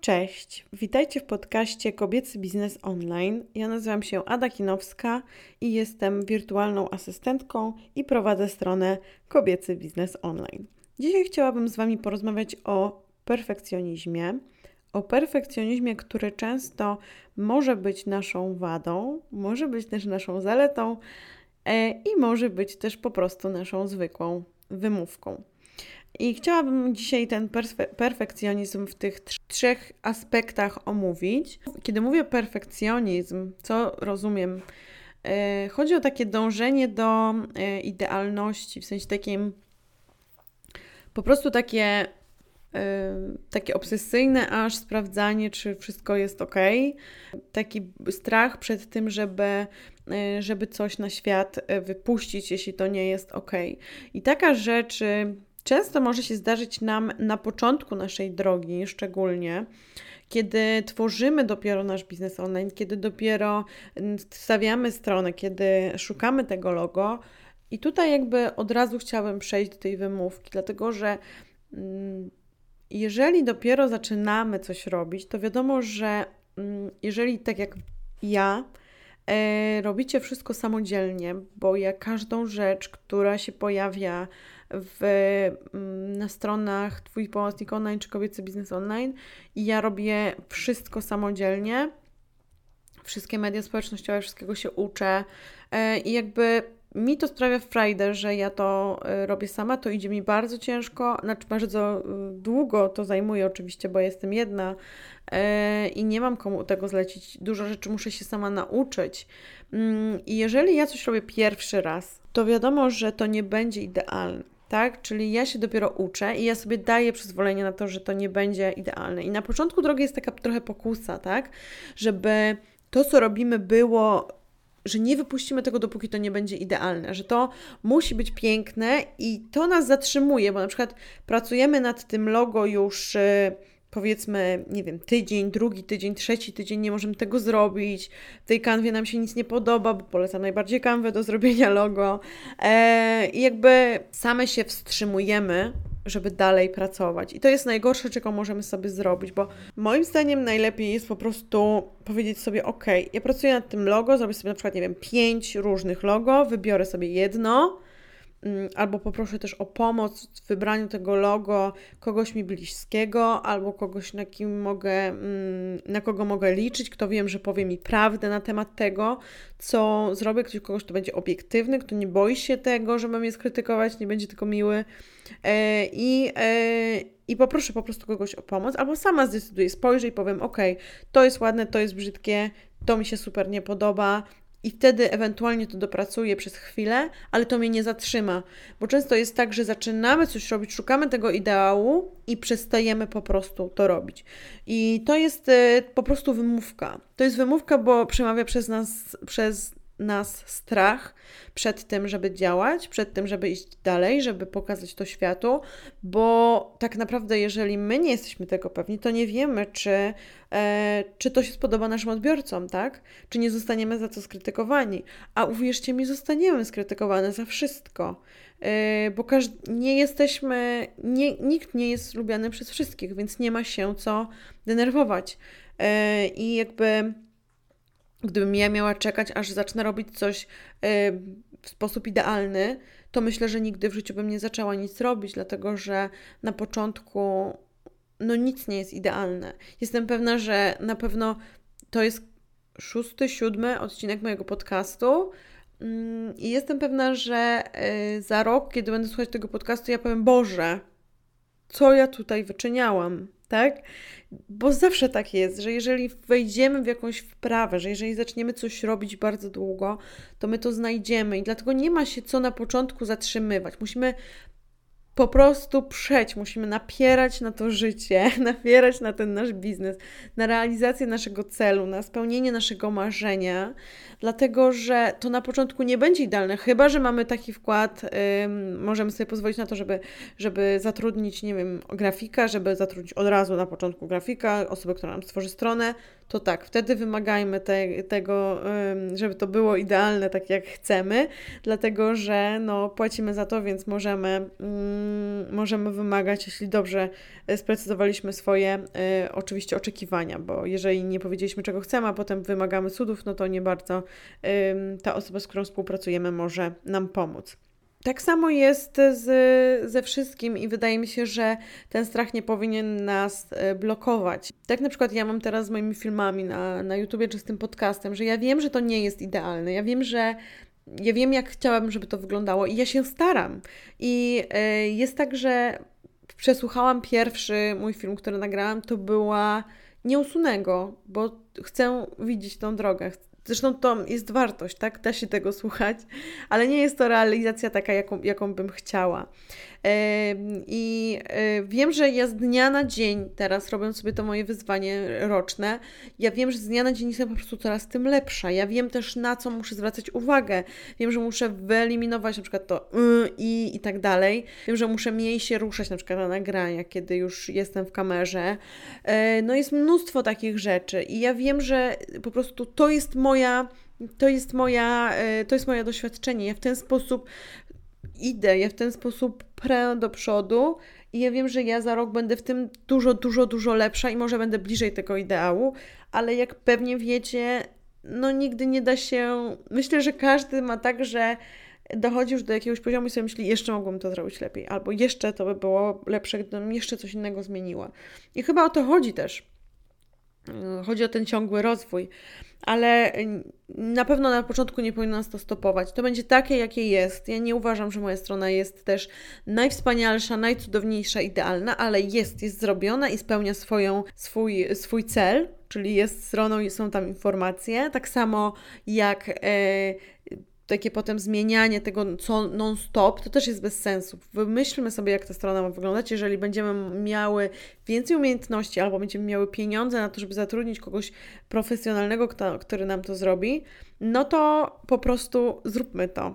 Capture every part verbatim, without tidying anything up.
Cześć, witajcie w podcaście Kobiecy Biznes Online. Ja nazywam się Ada Kinowska i jestem wirtualną asystentką i prowadzę stronę Kobiecy Biznes Online. Dzisiaj chciałabym z Wami porozmawiać o perfekcjonizmie. O perfekcjonizmie, który często może być naszą wadą, może być też naszą zaletą e, i może być też po prostu naszą zwykłą wymówką. I chciałabym dzisiaj ten perfe- perfekcjonizm w tych tr- trzech aspektach omówić. Kiedy mówię perfekcjonizm, co rozumiem? E, chodzi o takie dążenie do e, idealności, w sensie takim po prostu takie, e, takie obsesyjne aż sprawdzanie, czy wszystko jest ok. Taki strach przed tym, żeby, e, żeby coś na świat e, wypuścić, jeśli to nie jest ok. I taka rzecz często może się zdarzyć nam na początku naszej drogi, szczególnie kiedy tworzymy dopiero nasz biznes online, kiedy dopiero stawiamy stronę, kiedy szukamy tego logo. I tutaj jakby od razu chciałabym przejść do tej wymówki, dlatego że mm, jeżeli dopiero zaczynamy coś robić, to wiadomo, że mm, jeżeli tak jak ja, e, robicie wszystko samodzielnie, bo ja każdą rzecz, która się pojawia w, na stronach Twój pomocnik online czy Kobiecy Biznes Online i ja robię wszystko samodzielnie, wszystkie media społecznościowe, wszystkiego się uczę i jakby mi to sprawia frajdę, że ja to robię sama, to idzie mi bardzo ciężko, znaczy bardzo długo to zajmuje oczywiście, bo jestem jedna i nie mam komu tego zlecić, dużo rzeczy muszę się sama nauczyć i jeżeli ja coś robię pierwszy raz, to wiadomo, że to nie będzie idealne. Tak? Czyli ja się dopiero uczę i ja sobie daję przyzwolenie na to, że to nie będzie idealne. I na początku drogi jest taka trochę pokusa, tak? Żeby to, co robimy, było, że nie wypuścimy tego, dopóki to nie będzie idealne, że to musi być piękne i to nas zatrzymuje, bo na przykład pracujemy nad tym logo już powiedzmy, nie wiem, tydzień, drugi tydzień, trzeci tydzień, nie możemy tego zrobić, w tej kanwie nam się nic nie podoba, bo polecam najbardziej kanwę do zrobienia logo eee, i jakby same się wstrzymujemy, żeby dalej pracować. I to jest najgorsze, czego możemy sobie zrobić, bo moim zdaniem najlepiej jest po prostu powiedzieć sobie, ok, ja pracuję nad tym logo, zrobię sobie na przykład, nie wiem, pięć różnych logo, wybiorę sobie jedno, albo poproszę też o pomoc w wybraniu tego logo kogoś mi bliskiego, albo kogoś, na kim mogę, na kogo mogę liczyć, kto wiem, że powie mi prawdę na temat tego, co zrobię, ktoś, kogoś, kto będzie obiektywny, kto nie boi się tego, że mam je skrytykować, nie będzie tylko miły i, i poproszę po prostu kogoś o pomoc, albo sama zdecyduję, spojrzę i powiem, ok, to jest ładne, to jest brzydkie, to mi się super nie podoba, i wtedy ewentualnie to dopracuję przez chwilę, ale to mnie nie zatrzyma. Bo często jest tak, że zaczynamy coś robić, szukamy tego ideału i przestajemy po prostu to robić. I to jest y, po prostu wymówka. To jest wymówka, bo przemawia przez nas, przez nas strach przed tym, żeby działać, przed tym, żeby iść dalej, żeby pokazać to światu, bo tak naprawdę jeżeli my nie jesteśmy tego pewni, to nie wiemy, czy, e, czy to się spodoba naszym odbiorcom, tak? Czy nie zostaniemy za to skrytykowani. A uwierzcie mi, zostaniemy skrytykowane za wszystko, e, bo każ- nie jesteśmy, nie, nikt nie jest lubiany przez wszystkich, więc nie ma się co denerwować. E, I jakby gdybym ja miała czekać, aż zacznę robić coś y, w sposób idealny, to myślę, że nigdy w życiu bym nie zaczęła nic robić, dlatego że na początku no nic nie jest idealne. Jestem pewna, że na pewno to jest szósty, siódmy odcinek mojego podcastu mm, i jestem pewna, że y, za rok, kiedy będę słuchać tego podcastu, ja powiem, Boże, co ja tutaj wyczyniałam, tak? Bo zawsze tak jest, że jeżeli wejdziemy w jakąś wprawę, że jeżeli zaczniemy coś robić bardzo długo, to my to znajdziemy i dlatego nie ma się co na początku zatrzymywać. Musimy po prostu przeć, musimy napierać na to życie, napierać na ten nasz biznes, na realizację naszego celu, na spełnienie naszego marzenia, dlatego że to na początku nie będzie idealne, chyba że mamy taki wkład, ym, możemy sobie pozwolić na to, żeby, żeby zatrudnić, nie wiem, grafika, żeby zatrudnić od razu na początku grafika, osobę, która nam stworzy stronę, to tak, wtedy wymagajmy te, tego, ym, żeby to było idealne, tak jak chcemy, dlatego że no, płacimy za to, więc możemy... Ym, mm, możemy wymagać, jeśli dobrze sprecyzowaliśmy swoje y, oczywiście oczekiwania, bo jeżeli nie powiedzieliśmy, czego chcemy, a potem wymagamy cudów, no to nie bardzo y, ta osoba, z którą współpracujemy, może nam pomóc. Tak samo jest z, ze wszystkim i wydaje mi się, że ten strach nie powinien nas blokować. Tak na przykład ja mam teraz z moimi filmami na, na YouTubie czy z tym podcastem, że ja wiem, że to nie jest idealne. Ja wiem, że ja wiem, jak chciałabym, żeby to wyglądało i ja się staram. I y, jest tak, że przesłuchałam pierwszy mój film, który nagrałam, to była Nie usunę go, bo chcę widzieć tą drogę. Zresztą to jest wartość, tak? Da się tego słuchać, ale nie jest to realizacja taka, jaką, jaką bym chciała. I wiem, że ja z dnia na dzień teraz, robiąc sobie to moje wyzwanie roczne, ja wiem, że z dnia na dzień jestem po prostu coraz tym lepsza. Ja wiem też, na co muszę zwracać uwagę. Wiem, że muszę wyeliminować na przykład to y, i i tak dalej. Wiem, że muszę mniej się ruszać na przykład na nagrania, kiedy już jestem w kamerze. No jest mnóstwo takich rzeczy i ja wiem, że po prostu to jest moja, to jest moja, to jest moje doświadczenie. Ja w ten sposób idę, ja w ten sposób prę do przodu i ja wiem, że ja za rok będę w tym dużo, dużo, dużo lepsza i może będę bliżej tego ideału, ale jak pewnie wiecie, no nigdy nie da się, myślę, że każdy ma tak, że dochodzi już do jakiegoś poziomu i sobie myśli, jeszcze mogłabym to zrobić lepiej, albo jeszcze to by było lepsze, gdybym jeszcze coś innego zmieniła. I chyba o to chodzi też. Chodzi o ten ciągły rozwój, ale na pewno na początku nie powinno nas to stopować. To będzie takie, jakie jest. Ja nie uważam, że moja strona jest też najwspanialsza, najcudowniejsza, idealna, ale jest, jest zrobiona i spełnia swoją, swój, swój cel, czyli jest stroną i są tam informacje. Tak samo jak e, takie potem zmienianie tego co non-stop, to też jest bez sensu. Wymyślmy sobie, jak ta strona ma wyglądać. Jeżeli będziemy miały więcej umiejętności albo będziemy miały pieniądze na to, żeby zatrudnić kogoś profesjonalnego, kto, który nam to zrobi, no to po prostu zróbmy to.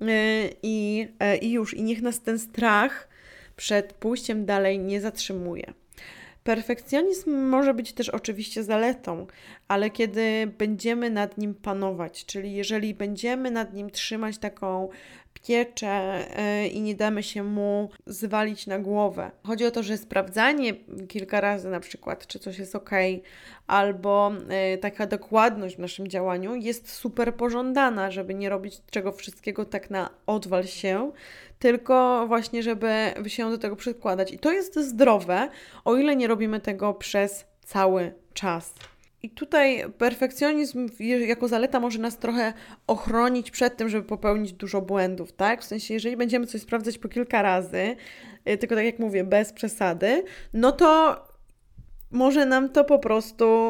I, i już. I niech nas ten strach przed pójściem dalej nie zatrzymuje. Perfekcjonizm może być też oczywiście zaletą, ale kiedy będziemy nad nim panować, czyli jeżeli będziemy nad nim trzymać taką pieczę yy, i nie damy się mu zwalić na głowę. Chodzi o to, że sprawdzanie kilka razy na przykład, czy coś jest ok, albo yy, taka dokładność w naszym działaniu jest super pożądana, żeby nie robić czego wszystkiego tak na odwal się, tylko właśnie, żeby się do tego przykładać. I to jest zdrowe, o ile nie robimy tego przez cały czas. I tutaj perfekcjonizm jako zaleta może nas trochę ochronić przed tym, żeby popełnić dużo błędów, tak? W sensie, jeżeli będziemy coś sprawdzać po kilka razy, tylko tak jak mówię, bez przesady, no to może nam to po prostu,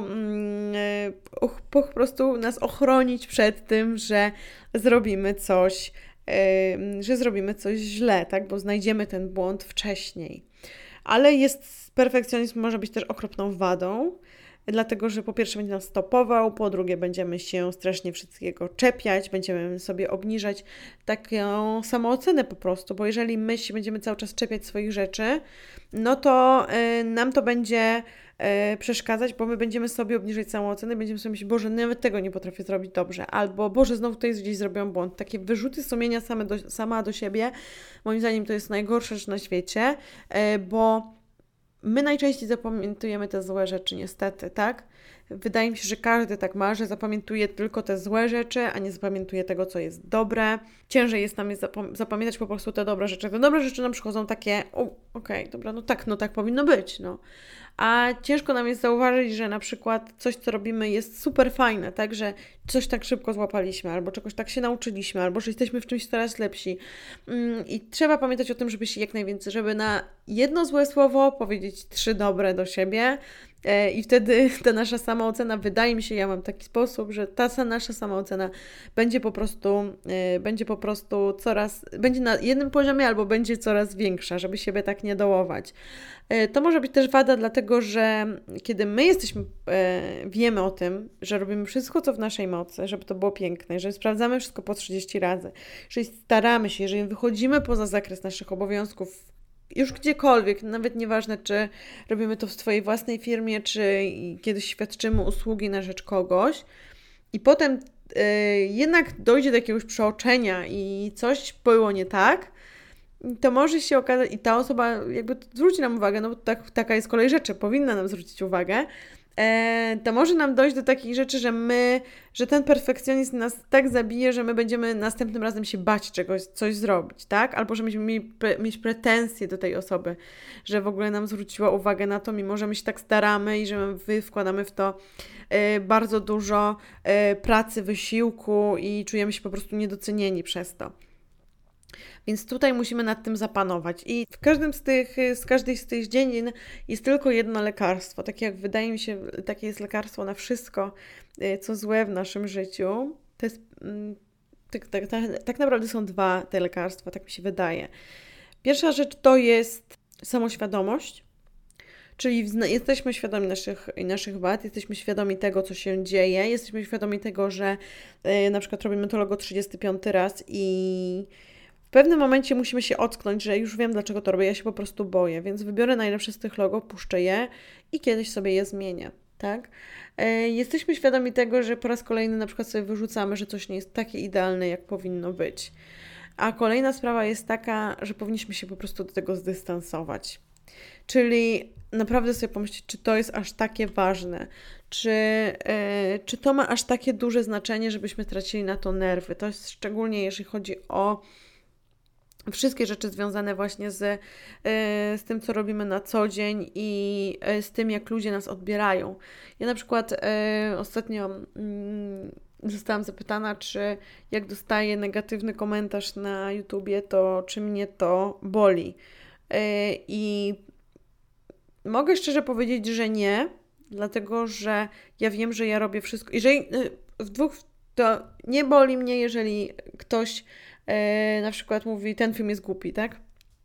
po prostu nas ochronić przed tym, że zrobimy coś, że zrobimy coś źle, tak? Bo znajdziemy ten błąd wcześniej. Ale jest, perfekcjonizm może być też okropną wadą, dlatego, że po pierwsze będzie nas stopował, po drugie będziemy się strasznie wszystkiego czepiać, będziemy sobie obniżać taką samoocenę po prostu, bo jeżeli my się będziemy cały czas czepiać swoich rzeczy, no to y, nam to będzie y, przeszkadzać, bo my będziemy sobie obniżać samoocenę i będziemy sobie myśleć, Boże, nawet tego nie potrafię zrobić dobrze, albo Boże, znowu tutaj gdzieś zrobiłam błąd. Takie wyrzuty sumienia same do, sama do siebie, moim zdaniem to jest najgorsza rzecz na świecie, y, bo my najczęściej zapamiętujemy te złe rzeczy, niestety, tak? Wydaje mi się, że każdy tak ma, że zapamiętuje tylko te złe rzeczy, a nie zapamiętuje tego, co jest dobre. Ciężej jest nam jest zapom- zapamiętać po prostu te dobre rzeczy. Te dobre rzeczy nam przychodzą takie, okej, okay, dobra, no tak, no tak powinno być, no. A ciężko nam jest zauważyć, że na przykład coś, co robimy, jest super fajne, tak, że coś tak szybko złapaliśmy, albo czegoś tak się nauczyliśmy, albo że jesteśmy w czymś coraz lepsi. I trzeba pamiętać o tym, żeby się jak najwięcej, żeby na jedno złe słowo powiedzieć trzy dobre do siebie, i wtedy ta nasza samoocena, wydaje mi się, ja mam taki sposób, że ta nasza samoocena będzie po prostu, będzie po prostu coraz, będzie na jednym poziomie albo będzie coraz większa, żeby siebie tak nie dołować. To może być też wada, dlatego że kiedy my jesteśmy, wiemy o tym, że robimy wszystko, co w naszej mocy, żeby to było piękne, że sprawdzamy wszystko po trzydzieści razy, jeżeli staramy się, jeżeli wychodzimy poza zakres naszych obowiązków, już gdziekolwiek, nawet nieważne, czy robimy to w swojej własnej firmie, czy kiedyś świadczymy usługi na rzecz kogoś i potem yy, jednak dojdzie do jakiegoś przeoczenia i coś było nie tak, to może się okazać i ta osoba jakby zwróci nam uwagę, no bo tak, taka jest kolej rzeczy, powinna nam zwrócić uwagę, e, to może nam dojść do takich rzeczy, że my, że ten perfekcjonizm nas tak zabije, że my będziemy następnym razem się bać czegoś, coś zrobić, tak? Albo że będziemy mieli pre, mieć pretensje do tej osoby, że w ogóle nam zwróciła uwagę na to, mimo że my się tak staramy i że my wkładamy w to e, bardzo dużo e, pracy, wysiłku i czujemy się po prostu niedocenieni przez to. Więc tutaj musimy nad tym zapanować. I w każdym z tych, z każdej z tych dziedzin jest tylko jedno lekarstwo. Tak jak wydaje mi się, takie jest lekarstwo na wszystko, co złe w naszym życiu. To jest, tak, tak, tak, tak naprawdę są dwa te lekarstwa, tak mi się wydaje. Pierwsza rzecz to jest samoświadomość, czyli jesteśmy świadomi naszych, naszych wad, jesteśmy świadomi tego, co się dzieje, jesteśmy świadomi tego, że yy, na przykład robimy to logo trzydziesty piąty raz i w pewnym momencie musimy się ocknąć, że już wiem, dlaczego to robię, ja się po prostu boję, więc wybiorę najlepsze z tych logo, puszczę je i kiedyś sobie je zmienię, tak? Yy, jesteśmy świadomi tego, że po raz kolejny na przykład sobie wyrzucamy, że coś nie jest takie idealne, jak powinno być. A kolejna sprawa jest taka, że powinniśmy się po prostu do tego zdystansować. Czyli naprawdę sobie pomyśleć, czy to jest aż takie ważne, czy, yy, czy to ma aż takie duże znaczenie, żebyśmy tracili na to nerwy. To jest szczególnie, jeżeli chodzi o wszystkie rzeczy związane właśnie z, yy, z tym, co robimy na co dzień i yy, z tym, jak ludzie nas odbierają. Ja na przykład yy, ostatnio yy, zostałam zapytana, czy jak dostaję negatywny komentarz na YouTubie, to czy mnie to boli. Yy, I mogę szczerze powiedzieć, że nie, dlatego że ja wiem, że ja robię wszystko. Jeżeli yy, w dwóch, to nie boli mnie, jeżeli ktoś Yy, na przykład mówi, ten film jest głupi, tak?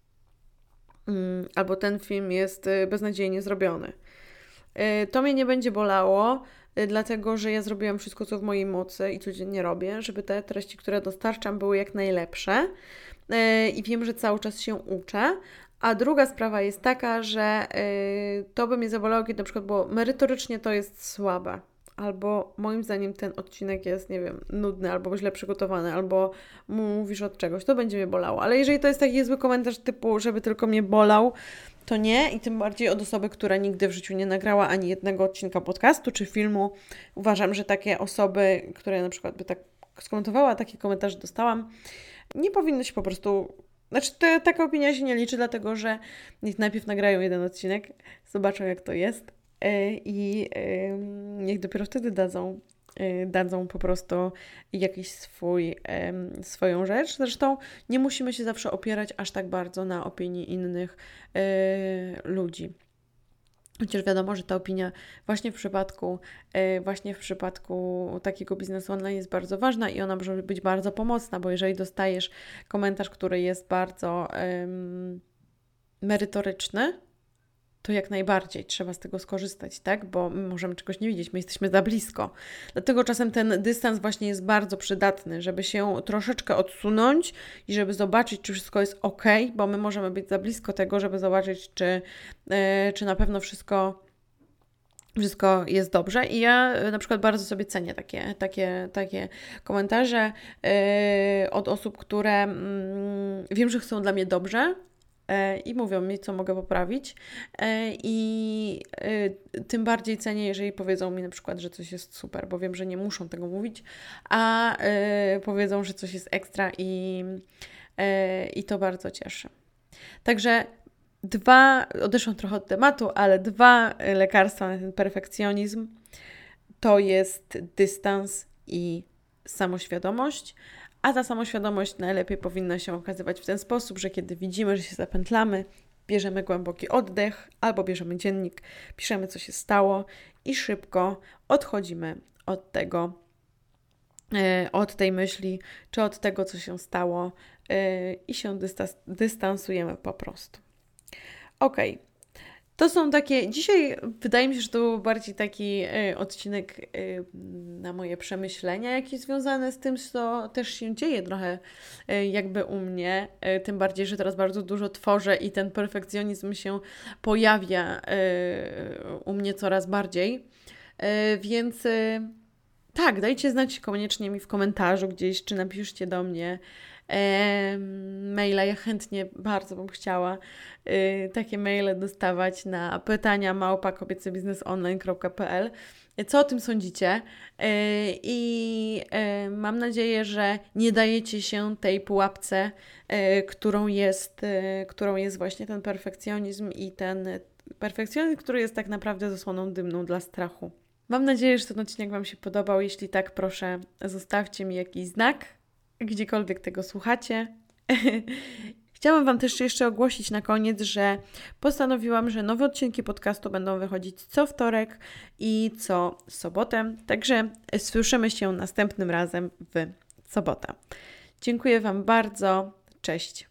Yy, albo ten film jest yy, beznadziejnie zrobiony. Yy, to mnie nie będzie bolało, yy, dlatego że ja zrobiłam wszystko, co w mojej mocy i codziennie robię, żeby te treści, które dostarczam, były jak najlepsze. Yy, I wiem, że cały czas się uczę. A druga sprawa jest taka, że yy, to by mnie zabolało, kiedy na przykład było merytorycznie to jest słabe. Albo moim zdaniem ten odcinek jest, nie wiem, nudny, albo źle przygotowany, albo mówisz od czegoś, to będzie mnie bolało. Ale jeżeli to jest taki zły komentarz typu, żeby tylko mnie bolał, to nie. I tym bardziej od osoby, która nigdy w życiu nie nagrała ani jednego odcinka podcastu czy filmu. Uważam, że takie osoby, które na przykład by tak skomentowała, taki komentarz dostałam, nie powinny się po prostu... Znaczy, te, taka opinia się nie liczy, dlatego że niech najpierw nagrają jeden odcinek, zobaczą jak to jest, i niech dopiero wtedy dadzą, dadzą po prostu jakiś swój, swoją rzecz. Zresztą nie musimy się zawsze opierać aż tak bardzo na opinii innych ludzi. Chociaż wiadomo, że ta opinia właśnie w przypadku właśnie w przypadku takiego biznesu online jest bardzo ważna i ona może być bardzo pomocna, bo jeżeli dostajesz komentarz, który jest bardzo um, merytoryczny, to jak najbardziej trzeba z tego skorzystać, tak? Bo my możemy czegoś nie widzieć, my jesteśmy za blisko. Dlatego czasem ten dystans właśnie jest bardzo przydatny, żeby się troszeczkę odsunąć i żeby zobaczyć, czy wszystko jest ok, bo my możemy być za blisko tego, żeby zobaczyć, czy, yy, czy na pewno wszystko, wszystko jest dobrze. I ja na przykład bardzo sobie cenię takie, takie, takie komentarze yy, od osób, które yy, wiem, że chcą dla mnie dobrze, i mówią mi, co mogę poprawić i tym bardziej cenię, jeżeli powiedzą mi na przykład, że coś jest super, bo wiem, że nie muszą tego mówić, a powiedzą, że coś jest ekstra i, i to bardzo cieszy. Także dwa, odeszłam trochę od tematu, ale dwa lekarstwa na ten perfekcjonizm to jest dystans i samoświadomość. A ta samoświadomość najlepiej powinna się okazywać w ten sposób, że kiedy widzimy, że się zapętlamy, bierzemy głęboki oddech albo bierzemy dziennik, piszemy, co się stało i szybko odchodzimy od tego, od tej myśli, czy od tego, co się stało i się dystansujemy po prostu. Okej. Okay. To są takie, dzisiaj wydaje mi się, że to był bardziej taki y, odcinek y, na moje przemyślenia, jakieś związane z tym, co też się dzieje trochę y, jakby u mnie, y, tym bardziej, że teraz bardzo dużo tworzę i ten perfekcjonizm się pojawia y, u mnie coraz bardziej, y, więc y, tak, dajcie znać koniecznie mi w komentarzu gdzieś, czy napiszcie do mnie, e, maila. Ja chętnie bardzo bym chciała e, takie maile dostawać na pytania małpa kobiecybiznesonline kropka p l. Co o tym sądzicie? I mam nadzieję, że nie dajecie się tej pułapce, którą jest, którą jest właśnie ten perfekcjonizm i ten perfekcjonizm, który jest tak naprawdę zasłoną dymną dla strachu. Mam nadzieję, że ten odcinek Wam się podobał. Jeśli tak, proszę, zostawcie mi jakiś znak, gdziekolwiek tego słuchacie. Chciałam Wam też jeszcze ogłosić na koniec, że postanowiłam, że nowe odcinki podcastu będą wychodzić co wtorek i co sobotę, także słyszymy się następnym razem w sobotę. Dziękuję Wam bardzo, cześć.